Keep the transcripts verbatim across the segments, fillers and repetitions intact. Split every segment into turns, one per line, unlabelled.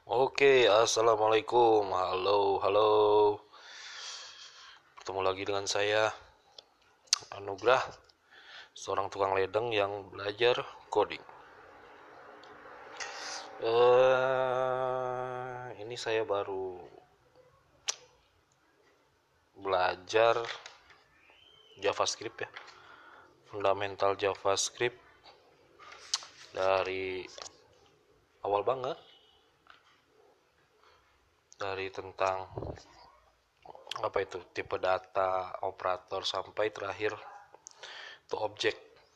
Oke, assalamualaikum. Halo, halo. Bertemu lagi dengan saya, Anugrah, seorang tukang ledeng yang belajar coding. Eh, ini saya baru belajar JavaScript ya, fundamental JavaScript dari awal banget, dari tentang apa itu tipe data, operator sampai terakhir itu objek.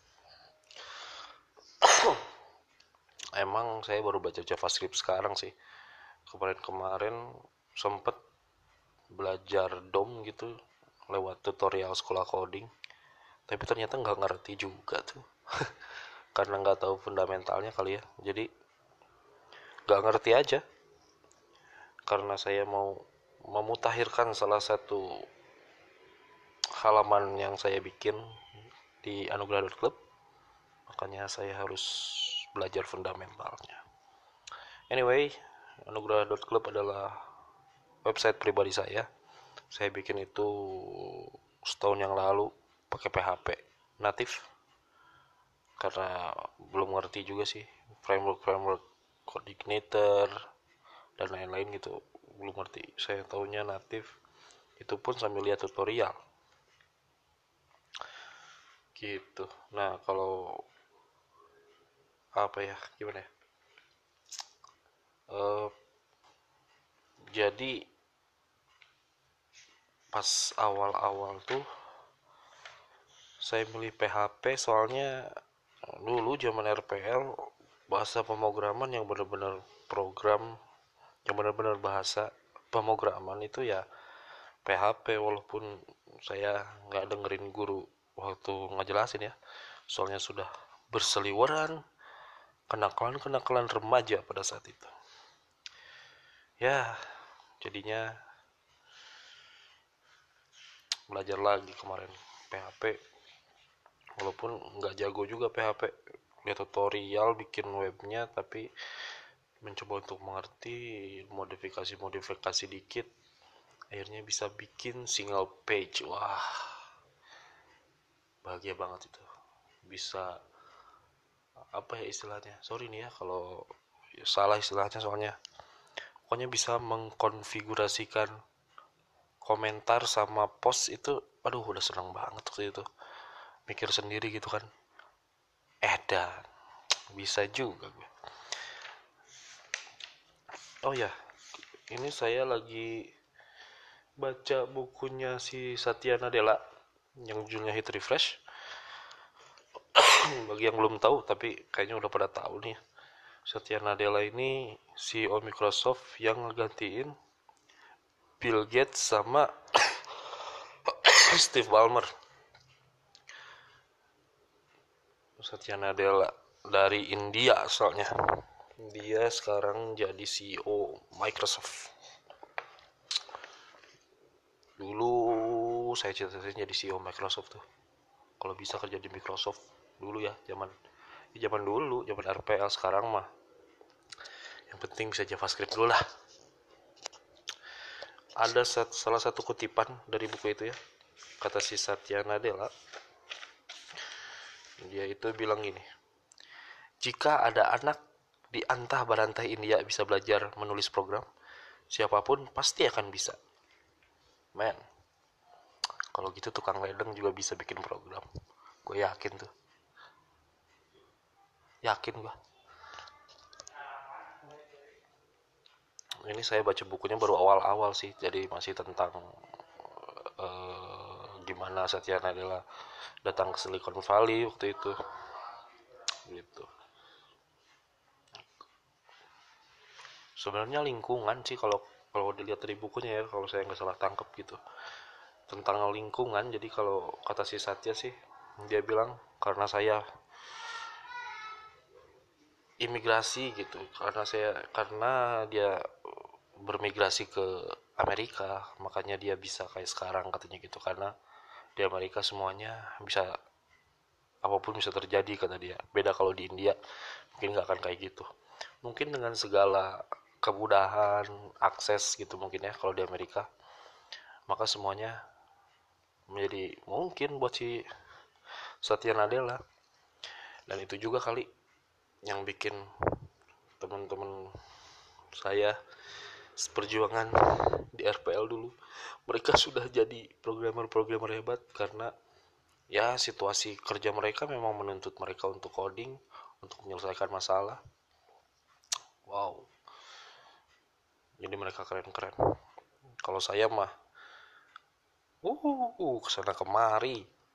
Emang saya baru belajar JavaScript sekarang sih. Kemarin-kemarin sempet belajar D O M gitu lewat tutorial sekolah coding, tapi ternyata nggak ngerti juga tuh. Karena nggak tahu fundamentalnya kali ya, jadi nggak ngerti aja. Karena saya mau memutakhirkan salah satu halaman yang saya bikin di anugerah dot club, makanya saya harus belajar fundamentalnya. Anyway, anugerah dot club adalah website pribadi saya. Saya bikin itu setahun yang lalu pakai P H P natif, karena belum ngerti juga sih framework framework coordinator dan lain-lain gitu, belum ngerti. Saya tahunya natif itu pun sambil lihat tutorial gitu. Nah, kalau apa ya, gimana ya, uh, jadi pas awal-awal tuh saya milih P H P soalnya dulu zaman R P L bahasa pemrograman yang benar-benar program, yang benar-benar bahasa pemrograman itu ya P H P. Walaupun saya nggak dengerin guru waktu ngejelasin ya, soalnya sudah berseliweran kenakalan-kenakalan remaja pada saat itu. Ya, jadinya belajar lagi kemarin P H P. Walaupun nggak jago juga P H P, lihat tutorial bikin webnya, tapi mencoba untuk mengerti, modifikasi-modifikasi dikit, akhirnya bisa bikin single page. Wah, bahagia banget itu. Bisa apa ya istilahnya, sorry nih ya kalau salah istilahnya, soalnya pokoknya bisa mengkonfigurasikan komentar sama post itu. Aduh, udah seneng banget waktu itu, mikir sendiri gitu kan. Eh dan bisa juga gue. Oh ya, ini saya lagi baca bukunya si Satya Nadella yang judulnya Hit Refresh. Bagi yang belum tahu, tapi kayaknya udah pada tahu nih, Satya Nadella ini C E O Microsoft yang ngegantiin Bill Gates sama Steve Ballmer. Satya Nadella dari India asalnya, dia sekarang jadi C E O Microsoft. Dulu saya cita-cita jadi C E O Microsoft tuh, kalau bisa kerja di Microsoft dulu ya, zaman zaman dulu, zaman R P L. Sekarang mah yang penting bisa JavaScript dulu lah. Ada salah satu kutipan dari buku itu ya, kata si Satya Nadella, dia itu bilang gini: jika ada anak di antah barantai India bisa belajar menulis program, siapapun pasti akan bisa. Men, kalau gitu tukang ledeng juga bisa bikin program, gue yakin tuh, yakin gue. Ini saya baca bukunya baru awal-awal sih, jadi masih tentang uh, gimana Satya Nadella datang ke Silicon Valley waktu itu gitu. Sebenarnya lingkungan sih, kalau kalau dilihat dari bukunya ya, kalau saya nggak salah tangkep gitu, tentang lingkungan. Jadi kalau kata si Satya sih, dia bilang karena saya imigrasi gitu, karena saya karena dia bermigrasi ke Amerika, makanya dia bisa kayak sekarang katanya gitu. Karena di Amerika semuanya bisa, apapun bisa terjadi kata dia. Beda kalau di India mungkin nggak akan kayak gitu. Mungkin dengan segala kemudahan akses gitu mungkin ya kalau di Amerika, maka semuanya menjadi mungkin buat si Satya Nadella. Dan itu juga kali yang bikin teman-teman saya seperjuangan di R P L dulu, mereka sudah jadi programmer-programmer hebat karena ya situasi kerja mereka memang menuntut mereka untuk coding, untuk menyelesaikan masalah. Wow, jadi mereka keren-keren. Kalau saya mah uh kesana kemari,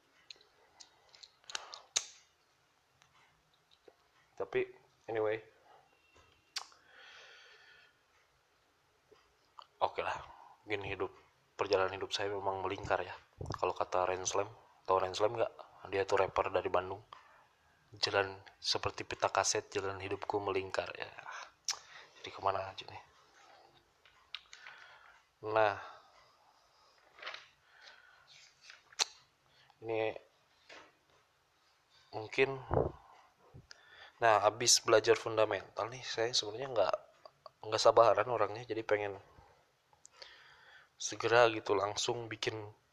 tapi anyway, oke okay lah, gini hidup, perjalanan hidup saya memang melingkar ya. Kalau kata Renslam, tau Renslam nggak? Dia tuh rapper dari Bandung. Jalan seperti pita kaset, jalan hidupku melingkar ya. Jadi kemana aja nih? Nah, ini mungkin, nah abis belajar fundamental nih, saya sebenarnya nggak nggak sabaran orangnya, jadi pengen segera gitu langsung bikin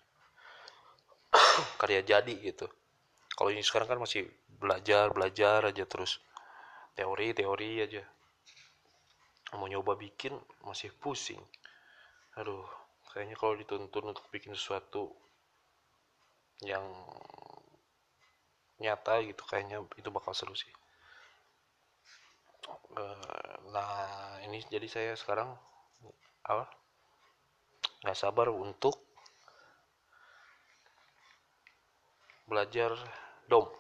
karya jadi gitu. Kalau ini sekarang kan masih belajar belajar aja terus, teori teori aja, mau nyoba bikin masih pusing. Aduh, kayaknya kalau dituntun untuk bikin sesuatu yang nyata gitu, kayaknya itu bakal seru sih. Eh, nah ini jadi saya sekarang apa, nggak sabar untuk belajar D O M,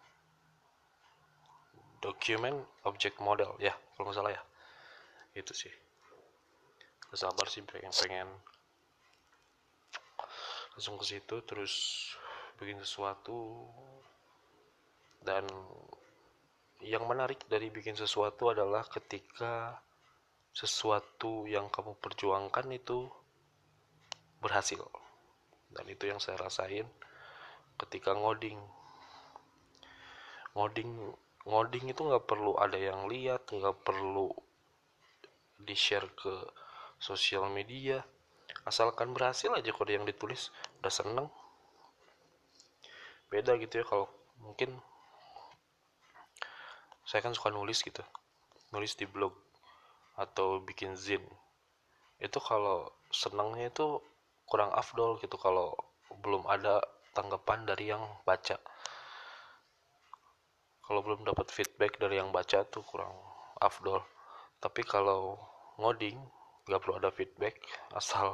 Document Object Model ya kalau nggak salah ya. Itu sih nggak sabar sih, pengen pengen langsung ke situ terus bikin sesuatu. Dan yang menarik dari bikin sesuatu adalah ketika sesuatu yang kamu perjuangkan itu berhasil. Dan itu yang saya rasain ketika ngoding. Ngoding ngoding itu nggak perlu ada yang lihat, nggak perlu di share ke sosial media, asalkan berhasil aja kode yang ditulis udah seneng. Beda gitu ya, kalau mungkin saya kan suka nulis gitu, nulis di blog atau bikin zine, itu kalau senangnya itu kurang afdol gitu kalau belum ada tanggapan dari yang baca. Kalau belum dapat feedback dari yang baca tuh kurang afdol. Tapi kalau ngoding nggak perlu ada feedback, asal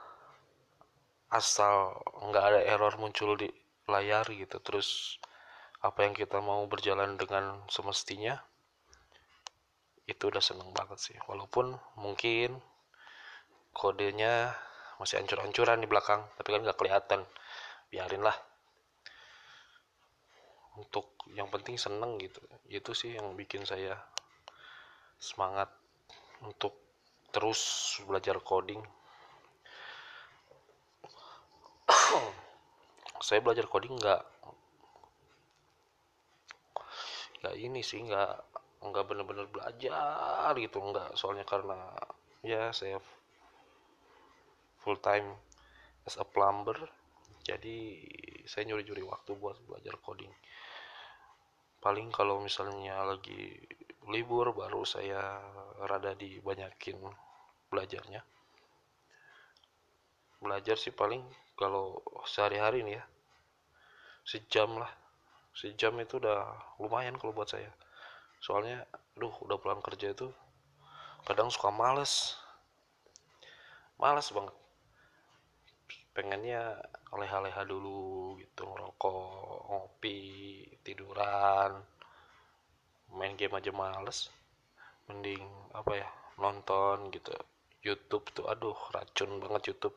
asal nggak ada error muncul di layar gitu, terus apa yang kita mau berjalan dengan semestinya, itu udah seneng banget sih. Walaupun mungkin kodenya masih ancur-ancuran di belakang, tapi kan nggak kelihatan, biarin lah. Untuk yang penting seneng gitu, itu sih yang bikin saya semangat untuk terus belajar coding. Saya belajar coding nggak nggak ini sih, nggak nggak bener-bener belajar gitu, nggak. Soalnya karena ya saya full time as a plumber, jadi saya nyuri-nyuri waktu buat belajar coding. Paling kalau misalnya lagi libur baru saya rada dibanyakin belajarnya. Belajar sih paling kalau sehari-hari nih ya sejam lah. Sejam itu udah lumayan kalau buat saya. Soalnya duh, udah pulang kerja itu kadang suka males. Males banget. Pengennya leha-leha dulu gitu, ngerokok, ngopi, tiduran, main game aja males. Mending apa ya, nonton gitu. YouTube tuh aduh, racun banget YouTube.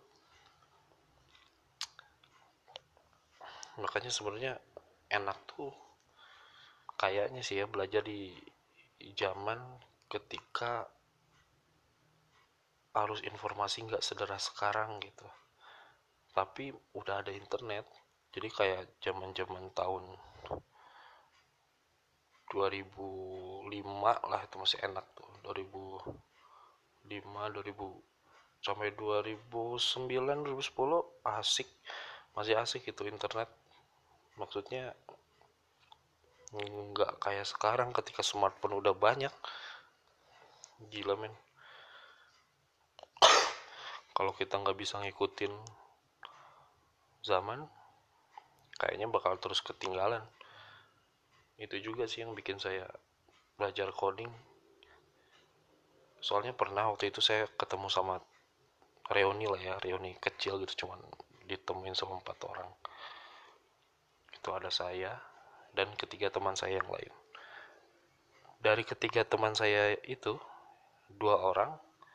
Makanya sebenarnya enak tuh kayaknya sih ya belajar di zaman ketika arus informasi nggak sederas sekarang gitu, tapi udah ada internet. Jadi kayak zaman zaman tahun dua ribu lima lah, itu masih enak tuh. dua ribu lima dua ribu sampai dua ribu sembilan dua ribu sepuluh asik, masih asik itu internet. Maksudnya nggak kayak sekarang ketika smartphone udah banyak. Gila men, kalau kita nggak bisa ngikutin zaman kayaknya bakal terus ketinggalan. Itu juga sih yang bikin saya belajar coding. Soalnya pernah waktu itu saya ketemu sama reuni lah ya, reuni kecil gitu, cuman ditemuin sama empat orang. Itu ada saya dan ketiga teman saya yang lain. Dari ketiga teman saya itu, dua orang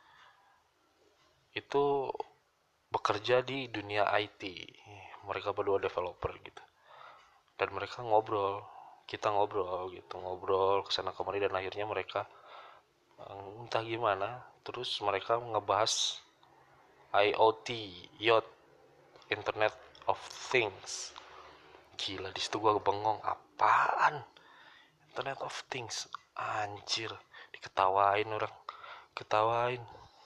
itu bekerja di dunia I T. Mereka berdua developer gitu. Dan mereka ngobrol, kita ngobrol gitu, ngobrol kesana kemari, dan akhirnya mereka entah gimana, terus mereka ngebahas I O T, I O T, Internet of Things. Gila, di situ gua bengong, apaan Internet of Things, anjir. Diketawain orang, ketawain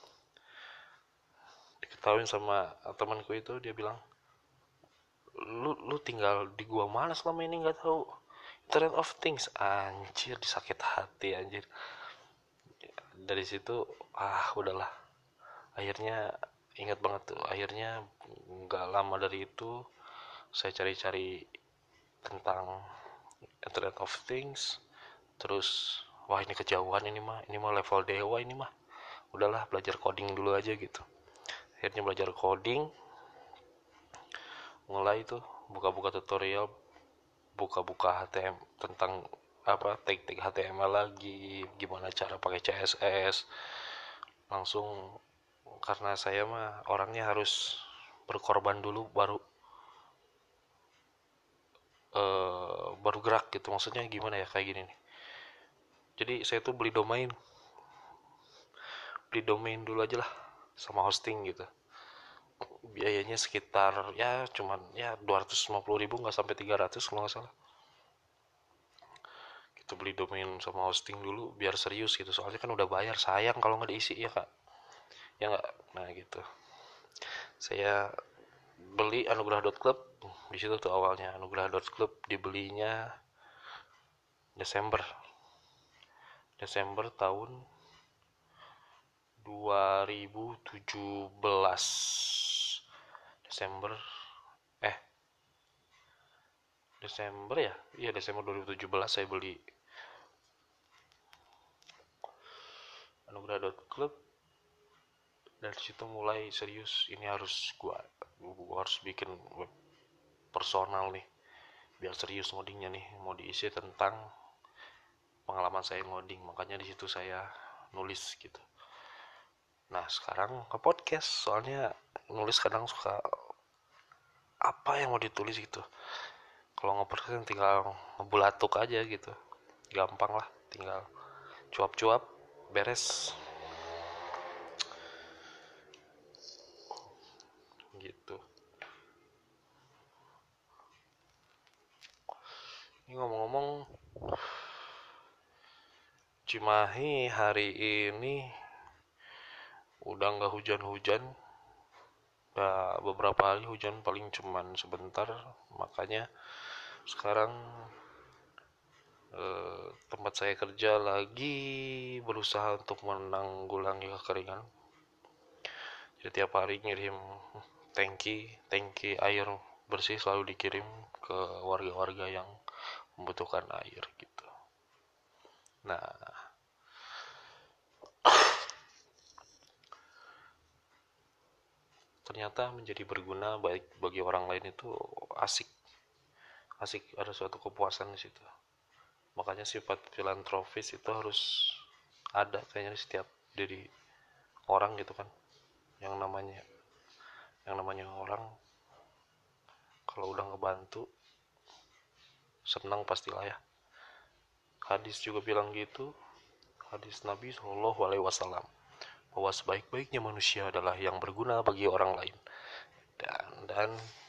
diketawain sama temanku itu. Dia bilang, lu lu tinggal di gua mana selama ini nggak tahu Internet of Things? Anjir, disakit hati anjir. Dari situ ah udahlah, akhirnya ingat banget tuh, akhirnya nggak lama dari itu saya cari-cari tentang Internet of Things. Terus wah, ini kejauhan, ini mah ini mah level dewa, ini mah udahlah belajar coding dulu aja gitu. Akhirnya belajar coding, mulai tuh buka-buka tutorial, buka-buka H T M L tentang apa tag-tag H T M L lagi, gimana cara pakai C S S. Langsung, karena saya mah orangnya harus berkorban dulu baru uh, baru gerak gitu. Maksudnya gimana ya, kayak gini nih. Jadi saya tuh beli domain, beli domain dulu aja lah sama hosting gitu. Biayanya sekitar ya cuman ya dua ratus lima puluh ribu, nggak sampai tiga ratus kalau nggak salah. Kita beli domain sama hosting dulu biar serius gitu, soalnya kan udah bayar, sayang kalau nggak diisi ya kak, ya nggak. Nah gitu, saya beli anugerah dot club. Di situ tuh awalnya anugerah dot club dibelinya Desember Desember tahun dua ribu tujuh belas. Desember eh Desember ya iya Desember dua ribu tujuh belas saya beli anugerah dot club. Dari situ mulai serius, ini harus gua gua harus bikin web personal nih biar serius ngodingnya nih, mau diisi tentang pengalaman saya ngoding. Makanya di situ saya nulis gitu. Nah sekarang ke podcast, soalnya nulis kadang suka apa yang mau ditulis gitu. Kalau nge-podcast tinggal ngebulatuk aja gitu, gampang lah, tinggal cuap-cuap beres gitu. Ini ngomong-ngomong, Cimahi hari ini udah nggak hujan-hujan. Udah beberapa hari hujan paling cuman sebentar. Makanya sekarang eh, tempat saya kerja lagi berusaha untuk menanggulangi kekeringan. Jadi tiap hari ngirim tangki tangki air bersih selalu dikirim ke warga-warga yang membutuhkan air gitu. Nah ternyata menjadi berguna baik bagi orang lain itu asik, asik, ada suatu kepuasan di situ. Makanya sifat filantropis itu harus ada kayaknya di setiap diri orang gitu kan. Yang namanya yang namanya orang kalau udah ngebantu senang pastilah ya. Hadis juga bilang gitu, hadis Nabi Shallallahu Alaihi Wasallam, bahwa sebaik-baiknya manusia adalah yang berguna bagi orang lain. Dan dan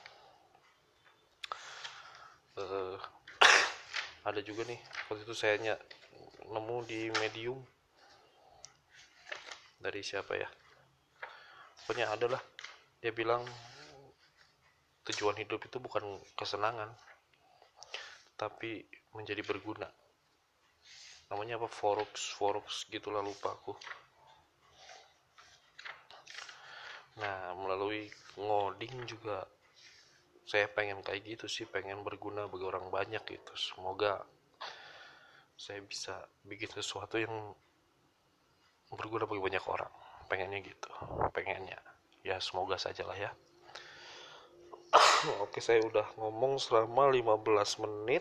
uh, ada juga nih waktu itu saya nemu di Medium, dari siapa ya, pokoknya adalah dia bilang tujuan hidup itu bukan kesenangan tapi menjadi berguna. Namanya apa, Forex Forex gitulah, lupa aku. Nah, melalui ngoding juga saya pengen kayak gitu sih, pengen berguna bagi orang banyak gitu. Semoga saya bisa bikin sesuatu yang berguna bagi banyak orang, pengennya gitu, pengennya ya, semoga saja lah ya. Oke, saya udah ngomong selama lima belas menit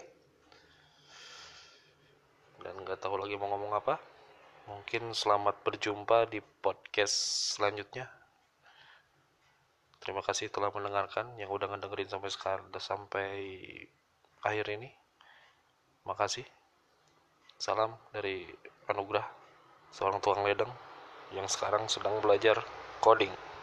dan nggak tahu lagi mau ngomong apa. Mungkin selamat berjumpa di podcast selanjutnya. Terima kasih telah mendengarkan, yang udah ngedengerin sampai sekarang, sampai akhir ini. Makasih. Salam dari Anugrah, seorang tukang ledeng yang sekarang sedang belajar coding.